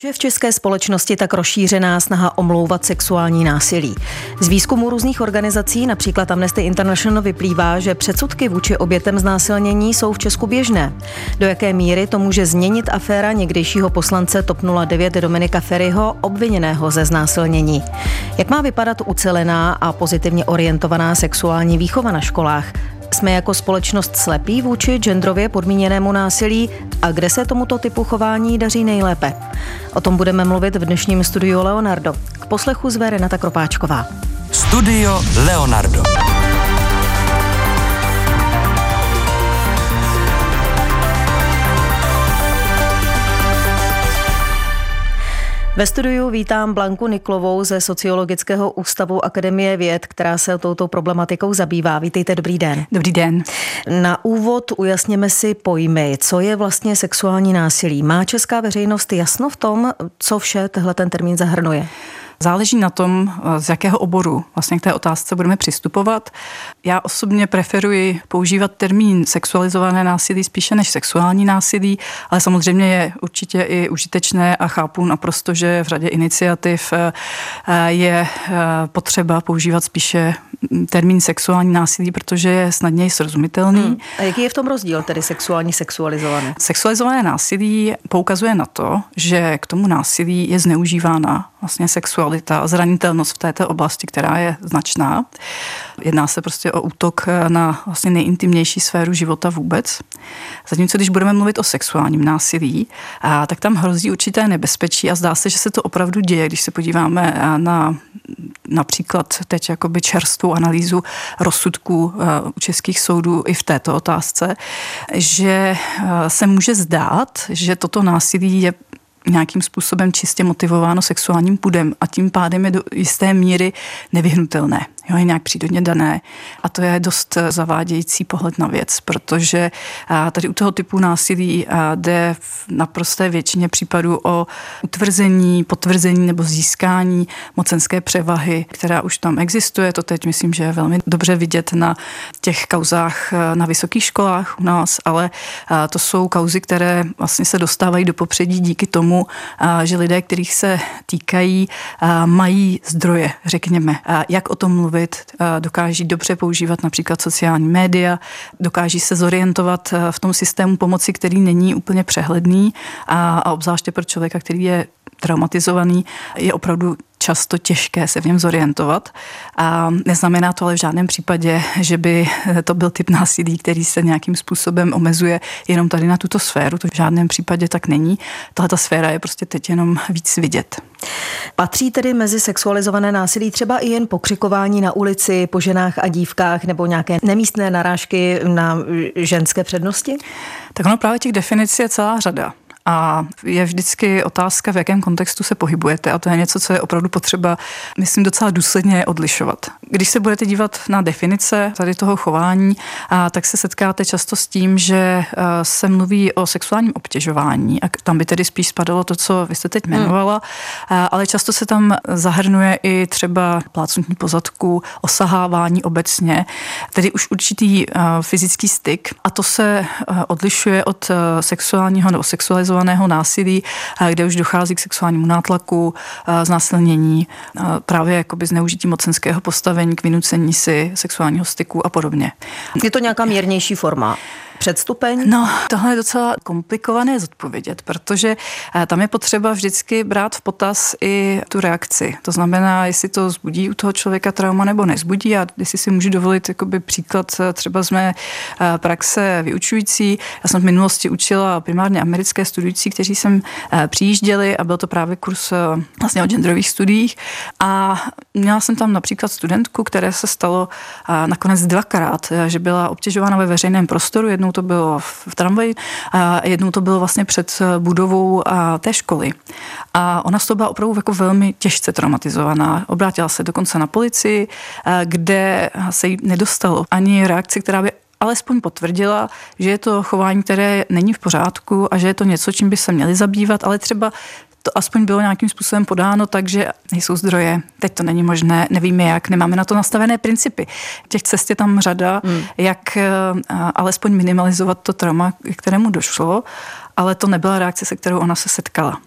Že v české společnosti tak rozšířená snaha omlouvat sexuální násilí. Z výzkumu různých organizací, například Amnesty International, vyplývá, že předsudky vůči obětem znásilnění jsou v Česku běžné. Do jaké míry to může změnit aféra někdejšího poslance TOP 09 Dominika Feriho, obviněného ze znásilnění? Jak má vypadat ucelená a pozitivně orientovaná sexuální výchova na školách? Jsme jako společnost slepí vůči genderově podmíněnému násilí a kde se tomuto typu chování daří nejlépe? O tom budeme mluvit v dnešním studiu Leonardo. K poslechu zve Renata Kropáčková. Studio Leonardo. Ve studiu vítám Blanku Niklovou ze Sociologického ústavu Akademie věd, která se touto problematikou zabývá. Vítejte, dobrý den. Dobrý den. Na úvod ujasněme si pojmy. Co je vlastně sexuální násilí? Má česká veřejnost jasno v tom, co vše tehle ten termín zahrnuje? Záleží na tom, z jakého oboru vlastně k té otázce budeme přistupovat. Já osobně preferuji používat termín sexualizované násilí spíše než sexuální násilí, ale samozřejmě je určitě i užitečné a chápu naprosto, že v řadě iniciativ je potřeba používat spíše termín sexuální násilí, protože je snadněji srozumitelný. A jaký je v tom rozdíl, tedy sexuální, sexualizované? Sexualizované násilí poukazuje na to, že k tomu násilí je zneužívána vlastně sexualita a zranitelnost v této oblasti, která je značná. Jedná se prostě o útok na vlastně nejintimnější sféru života vůbec. Zatímco když budeme mluvit o sexuálním násilí, tak tam hrozí určité nebezpečí a zdá se, že se to opravdu děje, když se podíváme na například teď jakoby čerstvou analýzu rozsudků u českých soudů i v této otázce, že se může zdát, že toto násilí je nějakým způsobem čistě motivováno sexuálním pudem a tím pádem je do jisté míry nevyhnutelné. Jo, je nějak přírodně dané. A to je dost zavádějící pohled na věc, protože tady u toho typu násilí jde v naprosté většině případů o utvrzení, potvrzení nebo získání mocenské převahy, která už tam existuje. To teď myslím, že je velmi dobře vidět na těch kauzách na vysokých školách u nás, ale to jsou kauzy, které vlastně se dostávají do popředí díky tomu, že lidé, kterých se týkají, mají zdroje, řekněme. Jak o tom mluvit, dokáží dobře používat například sociální média, dokáží se zorientovat v tom systému pomoci, který není úplně přehledný a obzvláště pro člověka, který je traumatizovaný, je opravdu často těžké se v něm zorientovat. A neznamená to ale v žádném případě, že by to byl typ násilí, který se nějakým způsobem omezuje jenom tady na tuto sféru. To v žádném případě tak není. Tahleta sféra je prostě teď jenom víc vidět. Patří tedy mezi sexualizované násilí třeba i jen pokřikování na ulici po ženách a dívkách nebo nějaké nemístné narážky na ženské přednosti? Tak ono právě těch definic je celá řada. A je vždycky otázka, v jakém kontextu se pohybujete a to je něco, co je opravdu potřeba, myslím, docela důsledně odlišovat. Když se budete dívat na definice tady toho chování, tak se setkáte často s tím, že se mluví o sexuálním obtěžování a tam by tedy spíš spadalo to, co vy jste teď jmenovala, ale často se tam zahrnuje i třeba plácnutí po zadku, osahávání obecně, tedy už určitý fyzický styk a to se odlišuje od sexuálního nebo sexualizovaného násilí, kde už dochází k sexuálnímu nátlaku, znásilnění, právě jakoby zneužití mocenského postavení k vynucení si sexuálního styku a podobně. Je to nějaká mírnější forma? Předstupeň? No, tohle je docela komplikované zodpovědět, protože tam je potřeba vždycky brát v potaz i tu reakci. To znamená, jestli to vzbudí u toho člověka trauma nebo nezbudí a jestli si můžu dovolit jakoby příklad třeba z mé praxe vyučující. Já jsem v minulosti učila primárně americké studující, kteří sem přijížděli a byl to právě kurz vlastně o genderových studiích a měla jsem tam například studentku, které se stalo nakonec dvakrát, že byla obtěžována ve veřejném prostoru. Jednou to bylo v tramvaji a jednou to bylo vlastně před budovou té školy. A ona z toho byla opravdu jako velmi těžce traumatizovaná. Obrátila se dokonce na policii, kde se jí nedostalo ani reakci, která by alespoň potvrdila, že je to chování, které není v pořádku a že je to něco, čím by se měli zabývat, ale třeba to aspoň bylo nějakým způsobem podáno, takže nejsou zdroje, teď to není možné, nevíme jak, nemáme na to nastavené principy. Těch cest je tam řada, jak alespoň minimalizovat to trauma, k kterému došlo, ale to nebyla reakce, se kterou ona se setkala.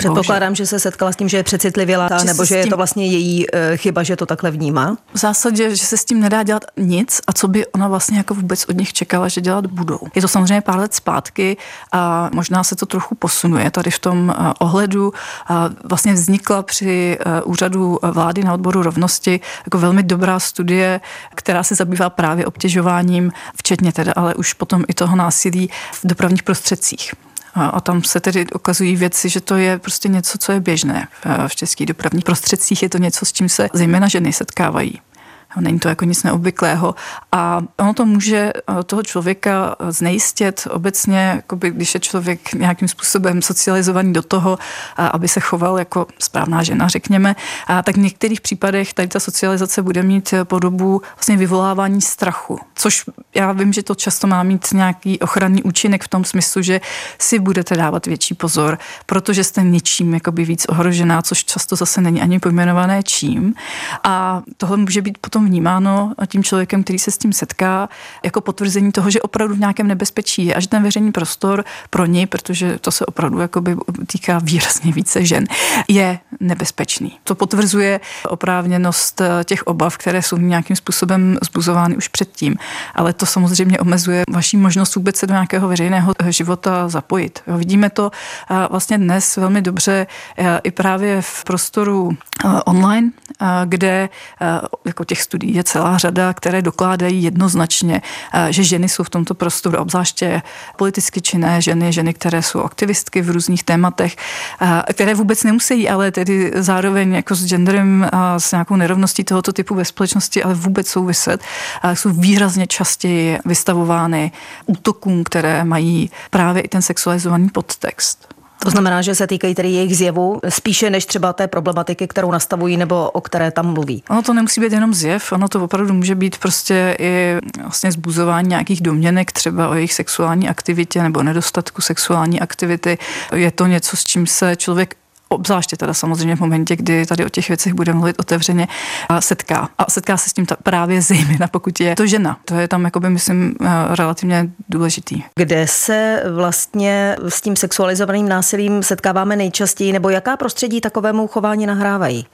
Předpokládám, že se setkala s tím, že je přecitlivěla, nebo že je to vlastně její chyba, že to takhle vnímá? V zásadě, že se s tím nedá dělat nic a co by ona vlastně jako vůbec od nich čekala, že dělat budou. Je to samozřejmě pár let zpátky a možná se to trochu posunuje tady v tom ohledu. Vlastně vznikla při úřadu vlády na odboru rovnosti jako velmi dobrá studie, která se zabývá právě obtěžováním, včetně teda, ale už potom i toho násilí v dopravních prostředcích. A tam se tedy ukazují věci, že to je prostě něco, co je běžné v českých dopravních prostředcích. Je to něco, s čím se zejména ženy setkávají. Není to jako nic neobvyklého a ono to může toho člověka znejistit obecně, jakoby, když je člověk nějakým způsobem socializovaný do toho, aby se choval jako správná žena, řekněme, tak v některých případech tady ta socializace bude mít podobu vlastně vyvolávání strachu, což já vím, že to často má mít nějaký ochranný účinek v tom smyslu, že si budete dávat větší pozor, protože jste něčím jakoby víc ohrožená, což často zase není ani pojmenované čím a tohle může být potom vnímáno tím člověkem, který se s tím setká, jako potvrzení toho, že opravdu v nějakém nebezpečí je a že ten veřejný prostor pro něj, protože to se opravdu jakoby týká výrazně více žen, je nebezpečný. To potvrzuje oprávněnost těch obav, které jsou nějakým způsobem zbuzovány už předtím, ale to samozřejmě omezuje vaši možnost vůbec se do nějakého veřejného života zapojit. Vidíme to vlastně dnes velmi dobře i právě v prostoru online, kde jako těch studií je celá řada, které dokládají jednoznačně, že ženy jsou v tomto prostoru, obzvláště politicky činné ženy, které jsou aktivistky v různých tématech, které vůbec nemusí, ale tedy zároveň jako s genderem a s nějakou nerovností tohoto typu ve společnosti, ale vůbec souviset, jsou výrazně častěji vystavovány útokům, které mají právě i ten sexualizovaný podtext. To znamená, že se týkají tedy jejich zjevu spíše než třeba té problematiky, kterou nastavují nebo o které tam mluví. Ono to nemusí být jenom zjev, ono to opravdu může být prostě i vlastně zbuzování nějakých domněnek třeba o jejich sexuální aktivitě nebo nedostatku sexuální aktivity. Je to něco, s čím se člověk obzvláště teda samozřejmě v momentě, kdy tady o těch věcech bude mluvit otevřeně, setká. A setká se s tím právě zejména, pokud je to žena. To je tam, jakoby, myslím, relativně důležitý. Kde se vlastně s tím sexualizovaným násilím setkáváme nejčastěji, nebo jaká prostředí takovému chování nahrávají?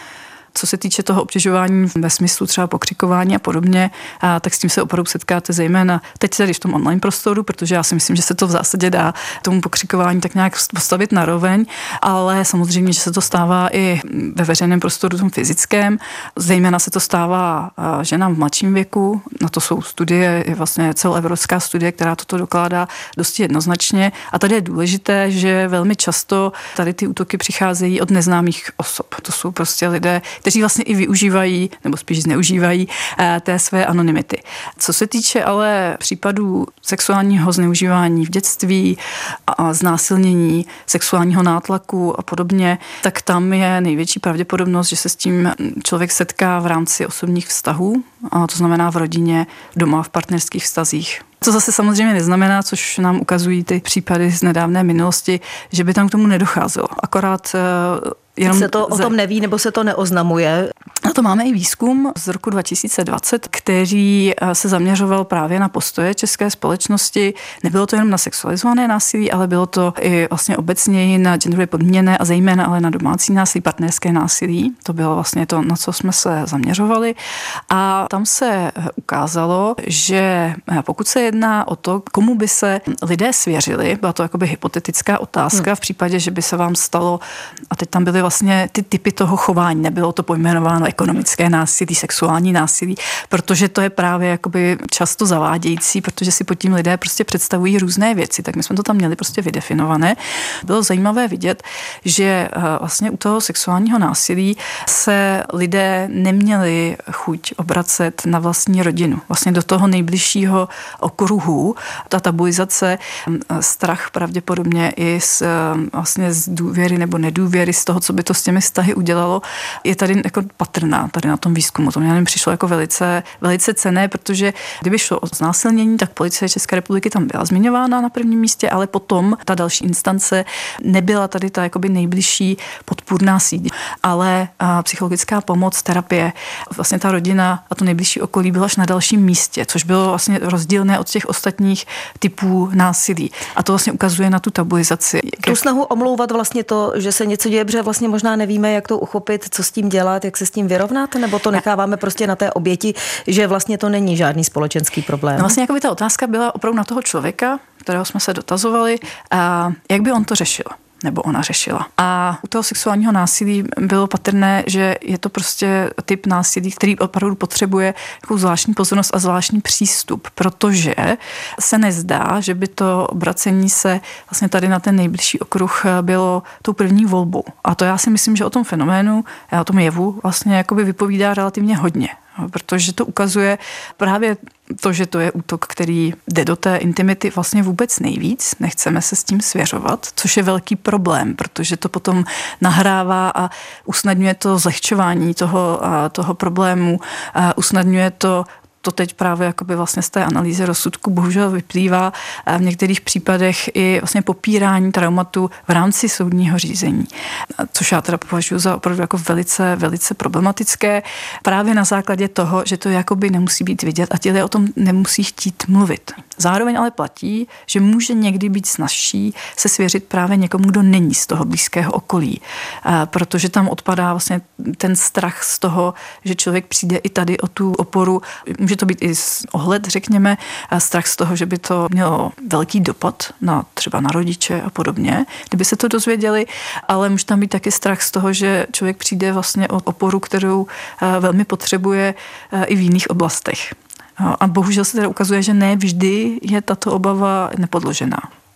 Co se týče toho obtěžování ve smyslu třeba pokřikování a podobně, tak s tím se opravdu setkáte zejména teď tady v tom online prostoru, protože já si myslím, že se to v zásadě dá tomu pokřikování tak nějak postavit na roveň, ale samozřejmě, že se to stává i ve veřejném prostoru tom fyzickém. Zejména se to stává ženám v mladším věku. Na to jsou studie, je vlastně celoevropská studie, která toto dokládá dosti jednoznačně. A tady je důležité, že velmi často tady ty útoky přicházejí od neznámých osob. To jsou prostě lidé, kteří vlastně i využívají, nebo spíš zneužívají té své anonymity. Co se týče ale případů sexuálního zneužívání v dětství a znásilnění, sexuálního nátlaku a podobně, tak tam je největší pravděpodobnost, že se s tím člověk setká v rámci osobních vztahů, a to znamená v rodině, doma, v partnerských vztazích. To zase samozřejmě neznamená, což nám ukazují ty případy z nedávné minulosti, že by tam k tomu nedocházelo. Akorát jenom se to o tom neví, nebo se to neoznamuje? Na to máme i výzkum z roku 2020, který se zaměřoval právě na postoje české společnosti. Nebylo to jenom na sexualizované násilí, ale bylo to i vlastně obecněji na genderově podmíněné a zejména ale na domácí násilí, partnerské násilí. To bylo vlastně to, na co jsme se zaměřovali. A tam se ukázalo, že pokud se jedná o to, komu by se lidé svěřili, byla to jakoby hypotetická otázka v případě, že by se vám stalo, a teď tam byly vlastně ty typy toho chování, nebylo to pojmenováno ekonomické násilí, sexuální násilí, protože to je právě jakoby často zavádějící, protože si pod tím lidé prostě představují různé věci, tak my jsme to tam měli prostě vydefinované. Bylo zajímavé vidět, že vlastně u toho sexuálního násilí se lidé neměli chuť obracet na vlastní rodinu, vlastně do toho nejbližšího okruhu. Ta tabuizace, strach pravděpodobně i z důvěry nebo nedůvěry, z toho, co by to s těmi vztahy udělalo, je tady jako patrná. významná tady na tom výzkumu. To mě přišlo jako velice, velice cenné, protože kdyby šlo o znásilnění, tak Policie České republiky tam byla zmiňována na prvním místě, ale potom ta další instance nebyla tady ta jakoby nejbližší podpůrná síť. Ale psychologická pomoc, terapie, vlastně ta rodina a to nejbližší okolí bylo až na dalším místě, což bylo vlastně rozdílné od těch ostatních typů násilí. A to vlastně ukazuje na tu tabuizaci. Tu snahu omlouvat vlastně to, že se něco děje, protože vlastně možná nevíme, jak to uchopit, co s tím dělat, jak se s tím vyrovnat, nebo to necháváme prostě na té oběti, že vlastně to není žádný společenský problém. No vlastně jakoby ta otázka byla opravdu na toho člověka, kterého jsme se dotazovali, a jak by on to řešil. Nebo ona řešila. A u toho sexuálního násilí bylo patrné, že je to prostě typ násilí, který opravdu potřebuje takovou zvláštní pozornost a zvláštní přístup, protože se nezdá, že by to obracení se vlastně tady na ten nejbližší okruh bylo tou první volbou. A to já si myslím, že o tom fenoménu, o tom jevu vlastně jakoby vypovídá relativně hodně, protože to ukazuje právě to, že to je útok, který jde do té intimity vlastně vůbec nejvíc, nechceme se s tím svěřovat, což je velký problém, protože to potom nahrává a usnadňuje to zlehčování toho problému, usnadňuje to teď právě jakoby vlastně z té analýzy rozsudku bohužel vyplývá v některých případech i vlastně popírání traumatu v rámci soudního řízení, což já teda považuji za opravdu jako velice, velice problematické právě na základě toho, že to jakoby nemusí být vidět a ti lidé o tom nemusí chtít mluvit. Zároveň ale platí, že může někdy být snazší se svěřit právě někomu, kdo není z toho blízkého okolí, protože tam odpadá vlastně ten strach z toho, že člověk přijde i tady o tu oporu. Může to být i ohled, řekněme, strach z toho, že by to mělo velký dopad třeba na rodiče a podobně, kdyby se to dozvěděli, ale může tam být taky strach z toho, že člověk přijde vlastně o oporu, kterou velmi potřebuje i v jiných oblastech. A bohužel se teda ukazuje, že ne vždy je tato obava nepodložená.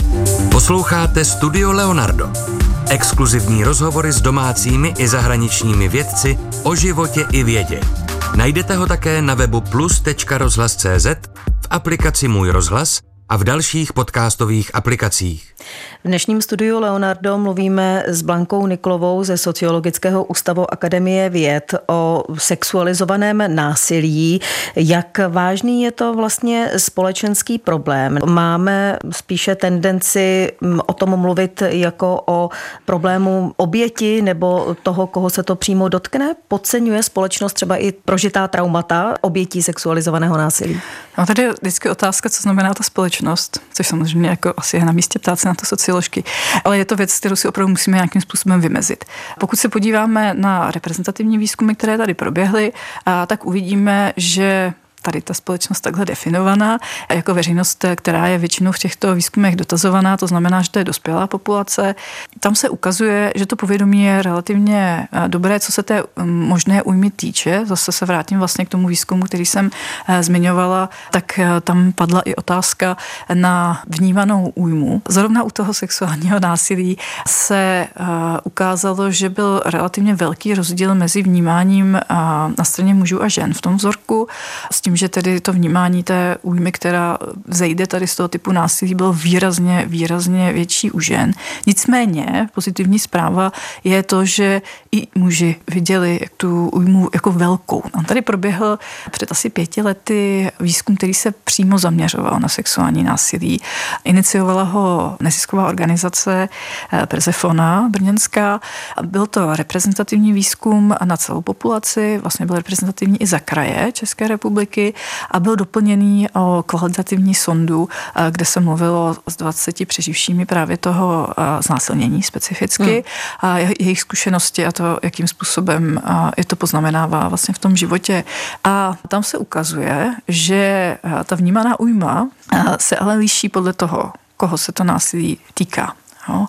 Posloucháte Studio Leonardo. Exkluzivní rozhovory s domácími i zahraničními vědci o životě i vědě. Najdete ho také na webu plus.rozhlas.cz, v aplikaci Můj rozhlas a v dalších podcastových aplikacích. V dnešním studiu Leonardo mluvíme s Blankou Niklovou ze Sociologického ústavu Akademie věd o sexualizovaném násilí. Jak vážný je to vlastně společenský problém? Máme spíše tendenci o tom mluvit jako o problému oběti nebo toho, koho se to přímo dotkne? Podceňuje společnost třeba i prožitá traumata obětí sexualizovaného násilí? No tady je vždycky otázka, co znamená ta společnost, což samozřejmě jako asi je na místě ptát se na to socioložky, ale je to věc, kterou si opravdu musíme nějakým způsobem vymezit. Pokud se podíváme na reprezentativní výzkumy, které tady proběhly, tak uvidíme, že tady ta společnost takhle definovaná jako veřejnost, která je většinou v těchto výzkumech dotazovaná, to znamená, že to je dospělá populace. Tam se ukazuje, že to povědomí je relativně dobré, co se té možné újmy týče. Zase se vrátím vlastně k tomu výzkumu, který jsem zmiňovala, tak tam padla i otázka na vnímanou újmu. Zrovna u toho sexuálního násilí se ukázalo, že byl relativně velký rozdíl mezi vnímáním na straně mužů a žen v tom vzorku, s tím, že tedy to vnímání té újmy, která vzejde tady z toho typu násilí, bylo výrazně větší u žen. Nicméně pozitivní zpráva je to, že i muži viděli tu újmu jako velkou. A tady proběhl před asi 5 lety výzkum, který se přímo zaměřoval na sexuální násilí. Iniciovala ho nezisková organizace Persefona brněnská. Byl to reprezentativní výzkum na celou populaci, vlastně byl reprezentativní i za kraje České republiky a byl doplněný o kvalitativní sondu, kde se mluvilo s 20 přeživšími právě toho znásilnění specificky a jejich zkušenosti a to, jakým způsobem je to poznamenává vlastně v tom životě. A tam se ukazuje, že ta vnímaná újma se ale liší podle toho, koho se to násilí týká. No.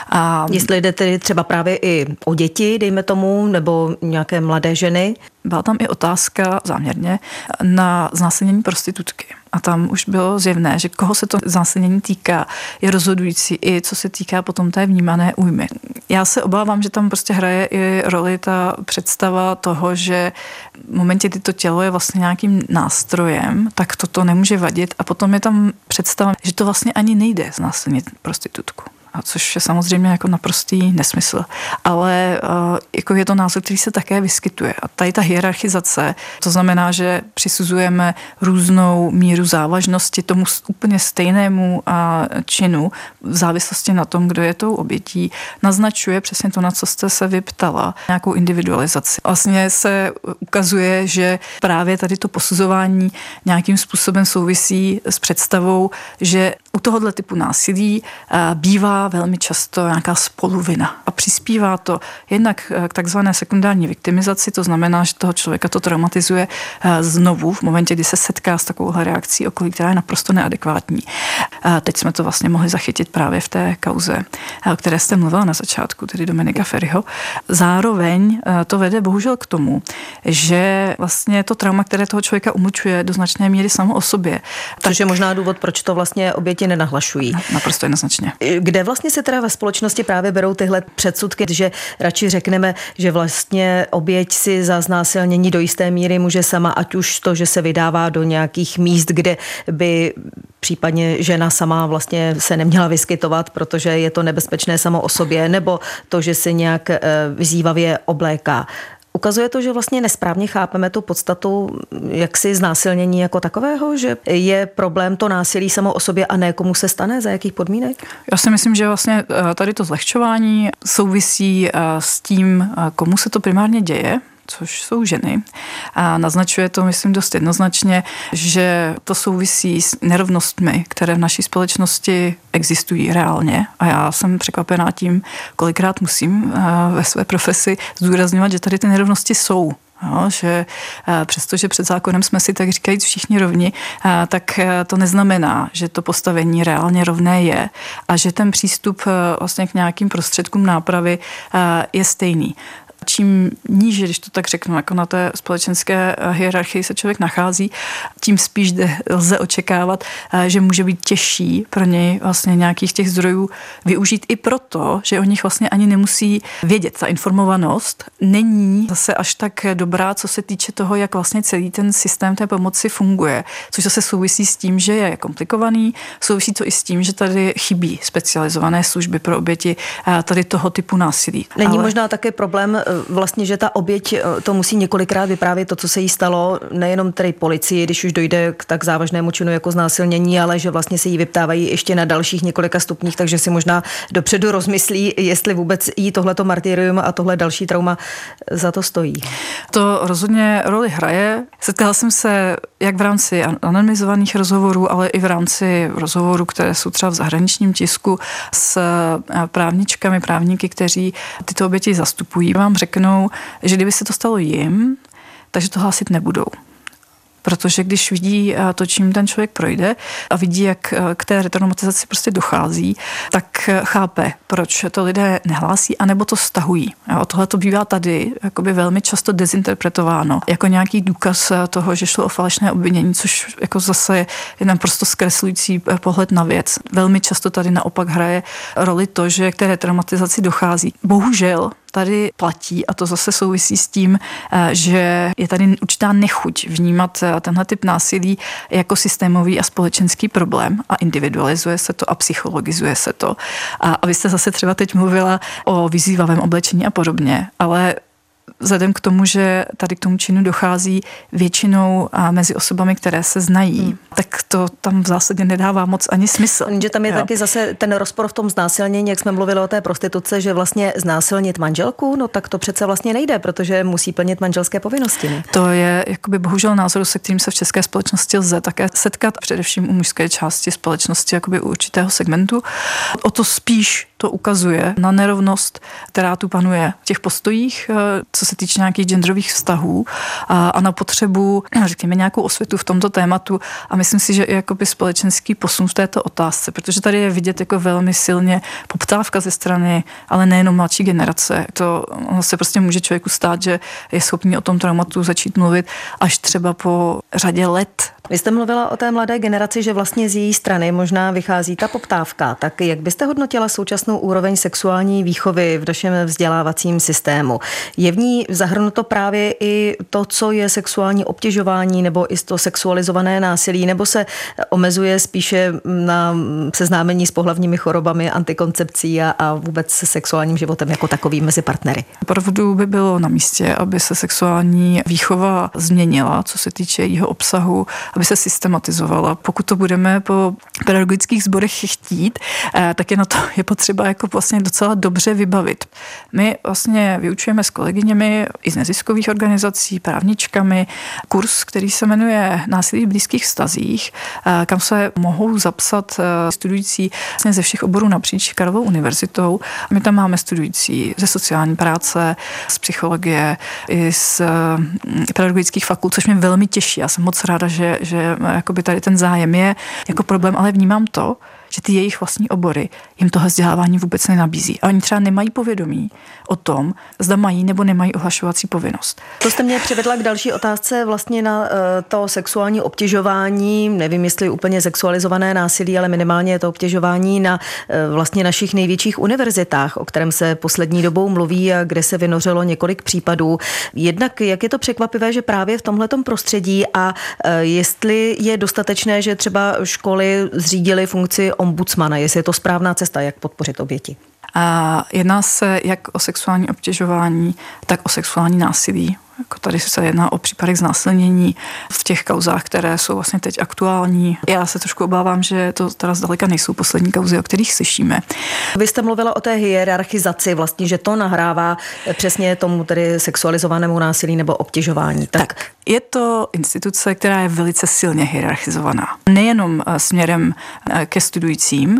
A jestli jde tedy třeba právě i o děti, dejme tomu, nebo nějaké mladé ženy? Byla tam i otázka záměrně na znásilnění prostitutky. A tam už bylo zjevné, že koho se to znásilnění týká, je rozhodující i co se týká potom té vnímané újmy. Já se obávám, že tam prostě hraje i roli ta představa toho, že v momentě, kdy to tělo je vlastně nějakým nástrojem, tak toto nemůže vadit a potom je tam představa, že to vlastně ani nejde znásilnit prostitutku. což je samozřejmě jako naprostý nesmysl. Ale jako je to názor, který se také vyskytuje. A tady ta hierarchizace, to znamená, že přisuzujeme různou míru závažnosti tomu úplně stejnému činu v závislosti na tom, kdo je tou obětí, naznačuje přesně to, na co jste se vyptala, nějakou individualizaci. Vlastně se ukazuje, že právě tady to posuzování nějakým způsobem souvisí s představou, že u tohohle typu násilí bývá velmi často nějaká spoluvina a přispívá to jednak k takzvané sekundární viktimizaci, to znamená, že toho člověka to traumatizuje znovu v momentě, kdy se setká s takovouhle reakcí okolí, která je naprosto neadekvátní. Teď jsme to vlastně mohli zachytit právě v té kauze, o které jste mluvila na začátku, tedy Dominika Feriho. Zároveň to vede bohužel k tomu, že vlastně to trauma, které toho člověka umučuje do značné míry samo o sobě. Což je možná důvod, proč to vlastně oběti nenahlašují. Naprosto jednoznačně. Kde vlastně se teda ve společnosti právě berou tyhle předsudky, že radši řekneme, že vlastně oběť si za znásilnění do jisté míry může sama, ať už to, že se vydává do nějakých míst, kde by případně žena sama vlastně se neměla vyskytovat, protože je to nebezpečné samo o sobě, nebo to, že se nějak vyzývavě obléká. Ukazuje to, že vlastně nesprávně chápeme tu podstatu jaksi znásilnění jako takového, že je problém to násilí samo o sobě a ne komu se stane, za jakých podmínek? Já si myslím, že vlastně tady to zlehčování souvisí s tím, komu se to primárně děje, což jsou ženy. A naznačuje to, myslím, dost jednoznačně, že to souvisí s nerovnostmi, které v naší společnosti existují reálně. A já jsem překvapená tím, kolikrát musím ve své profesi zdůrazňovat, že tady ty nerovnosti jsou. Jo, že přestože před zákonem jsme si tak říkajíc všichni rovni, tak to neznamená, že to postavení reálně rovné je a že ten přístup vlastně k nějakým prostředkům nápravy je stejný. Čím níže, když to tak řeknu, jako na té společenské hierarchii se člověk nachází, tím spíš lze očekávat, že může být těžší pro něj vlastně nějakých těch zdrojů využít i proto, že o nich vlastně ani nemusí vědět. Ta informovanost není zase až tak dobrá, co se týče toho, jak vlastně celý ten systém té pomoci funguje, což zase souvisí s tím, že je komplikovaný, souvisí to i s tím, že tady chybí specializované služby pro oběti tady toho typu násilí. Není možná také problém vlastně, že ta oběť to musí několikrát vyprávět to, co se jí stalo, nejenom tedy policii, když už dojde k tak závažnému činu jako znásilnění, ale že vlastně se jí vyptávají ještě na dalších několika stupních, takže si možná dopředu rozmyslí, jestli vůbec jí tohleto martyrium a tohle další trauma za to stojí. To rozhodně roli hraje. Setkala jsem se jak v rámci anonymizovaných rozhovorů, ale i v rámci rozhovorů, které jsou třeba v zahraničním tisku s právníky, kteří tyto oběti zastupují. Vám řeknou, že kdyby se to stalo jim, takže to hlásit nebudou. Protože když vidí to, čím ten člověk projde a vidí, jak k té retraumatizaci prostě dochází, tak chápe, proč to lidé nehlásí, anebo to stahují. Tohle to bývá tady jakoby velmi často dezinterpretováno jako nějaký důkaz toho, že šlo o falešné obvinění, což jako zase je naprosto zkreslující pohled na věc. Velmi často tady naopak hraje roli to, že k té retraumatizaci dochází. Bohužel tady platí, a to zase souvisí s tím, že je tady určitá nechuť vnímat tenhle typ násilí jako systémový a společenský problém a individualizuje se to a psychologizuje se to. A vy jste zase třeba teď mluvila o vyzývavém oblečení a podobně, ale vzhledem k tomu, že tady k tomu činu dochází většinou mezi osobami, které se znají, tak to tam v zásadě nedává moc ani smysl. Že tam je taky zase ten rozpor v tom znásilnění, jak jsme mluvili o té prostituce, že vlastně znásilnit manželku, no tak to přece vlastně nejde, protože musí plnit manželské povinnosti. Ne? To je jakoby bohužel názor, se kterým se v české společnosti lze také setkat, především u mužské části společnosti, jakoby u určitého segmentu. O to spíš to ukazuje na nerovnost, která tu panuje v těch postojích, co se týče nějakých genderových vztahů a na potřebu, řekněme, nějakou osvětu v tomto tématu a myslím si, že i jakoby společenský posun v této otázce, protože tady je vidět jako velmi silně poptávka ze strany, ale nejenom mladší generace. To se prostě může člověku stát, že je schopný o tom traumatu začít mluvit až třeba po řadě let. Vy jste mluvila o té mladé generaci, že vlastně z její strany možná vychází ta poptávka. Tak jak byste hodnotila současnou současnou úroveň sexuální výchovy v našem vzdělávacím systému. Je v ní zahrnuto právě i to, co je sexuální obtěžování nebo i to sexualizované násilí, nebo se omezuje spíše na seznámení s pohlavními chorobami, antikoncepcí a vůbec se sexuálním životem jako takovým mezi partnery? Opravdu by bylo na místě, aby se sexuální výchova změnila, co se týče jejího obsahu, aby se systematizovala. Pokud to budeme po pedagogických sborech chtít, tak je potřeba jako vlastně docela dobře vybavit. My vlastně vyučujeme s kolegyněmi i z neziskových organizací, právničkami, kurz, který se jmenuje Násilí v blízkých vztazích, kam se mohou zapsat studující vlastně ze všech oborů napříč Karlovou univerzitou. My tam máme studující ze sociální práce, z psychologie i z pedagogických fakult, což mě velmi těší. Já jsem moc ráda, že jakoby tady ten zájem je jako problém, ale vnímám to, že ty jejich vlastní obory jim tohle vzdělávání vůbec nenabízí. A oni třeba nemají povědomí o tom, zda mají nebo nemají ohlašovací povinnost. To jste mě přivedla k další otázce vlastně na to sexuální obtěžování, nevím, jestli úplně sexualizované násilí, ale minimálně je to obtěžování na vlastně našich největších univerzitách, o kterém se poslední dobou mluví a kde se vynořilo několik případů. Jednak, jak je to překvapivé, že právě v tomhletom prostředí a jestli je dostatečné, že třeba školy zřídily funkci ombudsmana, jestli je to správná cesta, jak podpořit oběti. Jedná se jak o sexuální obtěžování, tak o sexuální násilí. Jako tady se jedná o případech znásilnění v těch kauzách, které jsou vlastně teď aktuální. Já se trošku obávám, že to teda zdaleka nejsou poslední kauzy, o kterých slyšíme. Vy jste mluvila o té hierarchizaci, vlastně, že to nahrává přesně tomu tedy sexualizovanému násilí nebo obtěžování. Tak je to instituce, která je velice silně hierarchizovaná. Nejenom směrem ke studujícím,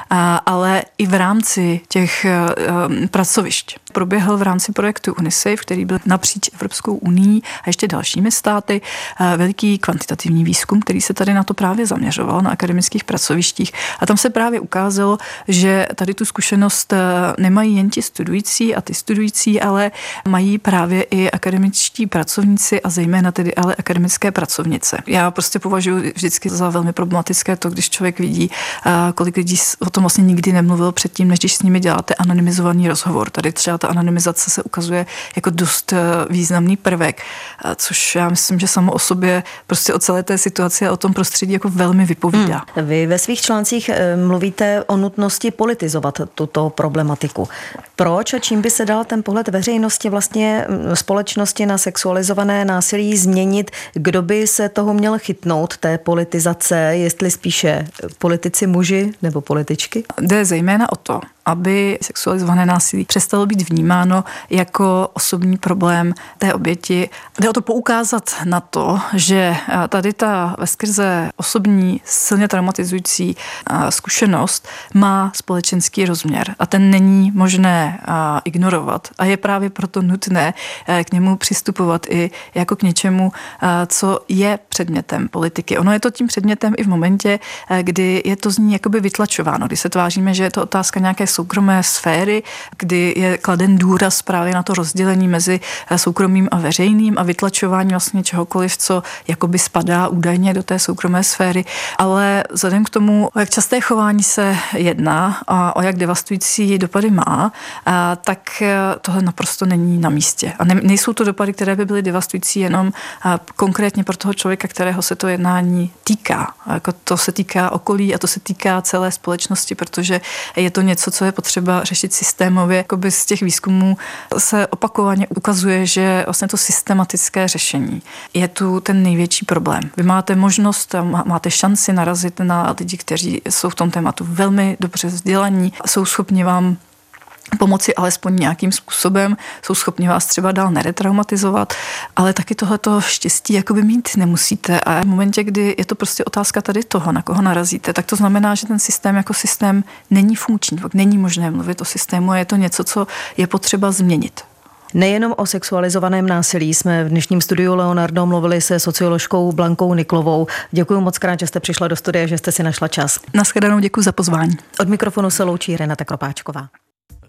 ale i v rámci těch pracovišť. Proběhl v rámci projektu UNICEF, který byl napříč Evropskou unii a ještě dalšími státy, veliký kvantitativní výzkum, který se tady na to právě zaměřoval na akademických pracovištích. A tam se právě ukázalo, že tady tu zkušenost nemají jen ti studující a ty studující, ale mají právě i akademičtí pracovníci a zejména tedy ale akademické pracovnice. Já prostě považuji vždycky za velmi problematické to, když člověk vidí, kolik lidí o tom vlastně nikdy nemluvilo předtím, než když s nimi děláte anonymizovaný rozhovor. Tady třeba ta anonymizace se ukazuje jako dost významný prvek, což já myslím, že samo o sobě prostě o celé té situaci a o tom prostředí jako velmi vypovídá. Vy ve svých článcích mluvíte o nutnosti politizovat tuto problematiku. Proč a čím by se dal ten pohled veřejnosti, vlastně společnosti na sexualizované násilí změnit? Kdo by se toho měl chytnout, té politizace, jestli spíše politici muži nebo političky? Jde zejména o to, aby sexualizované násilí přestalo být vnímáno jako osobní problém té oběti. Jde o to poukázat na to, že tady ta veskrze osobní, silně traumatizující zkušenost má společenský rozměr a ten není možné ignorovat. A je právě proto nutné k němu přistupovat i jako k něčemu, co je předmětem politiky. Ono je to tím předmětem i v momentě, kdy je to z ní jakoby vytlačováno, kdy se tváříme, že je to otázka nějaké soukromé sféry, kdy je kladen důraz právě na to rozdělení mezi soukromým a veřejným a vytlačování vlastně čehokoliv, co jakoby spadá údajně do té soukromé sféry. Ale vzhledem k tomu, o jak časté chování se jedná a o jak devastující dopady má, tak tohle naprosto není na místě. A nejsou to dopady, které by byly devastující jenom konkrétně pro toho člověka, kterého se to jednání týká. Jako to se týká okolí a to se týká celé společnosti, protože je to něco, co je potřeba řešit systémově. Jakoby z těch výzkumů se opakovaně ukazuje, že vlastně to systematické řešení je tu ten největší problém. Vy máte možnost, máte šanci narazit na lidi, kteří jsou v tom tématu velmi dobře vzdělaní, jsou schopni vám pomoci alespoň nějakým způsobem, jsou schopni vás třeba dál neretraumatizovat, ale taky tohleto štěstí jakoby mít nemusíte. A v momentě, kdy je to prostě otázka tady toho, na koho narazíte, tak to znamená, že ten systém jako systém není funkční. Není možné mluvit o systému a je to něco, co je potřeba změnit. Nejenom o sexualizovaném násilí jsme v dnešním studiu Leonardo mluvili se socioložkou Blankou Niklovou. Děkuji moc krát, že jste přišla do studia, že jste si našla čas. Naschledanou, děkuji za pozvání. Od mikrofonu se loučí Renata Kropáčková.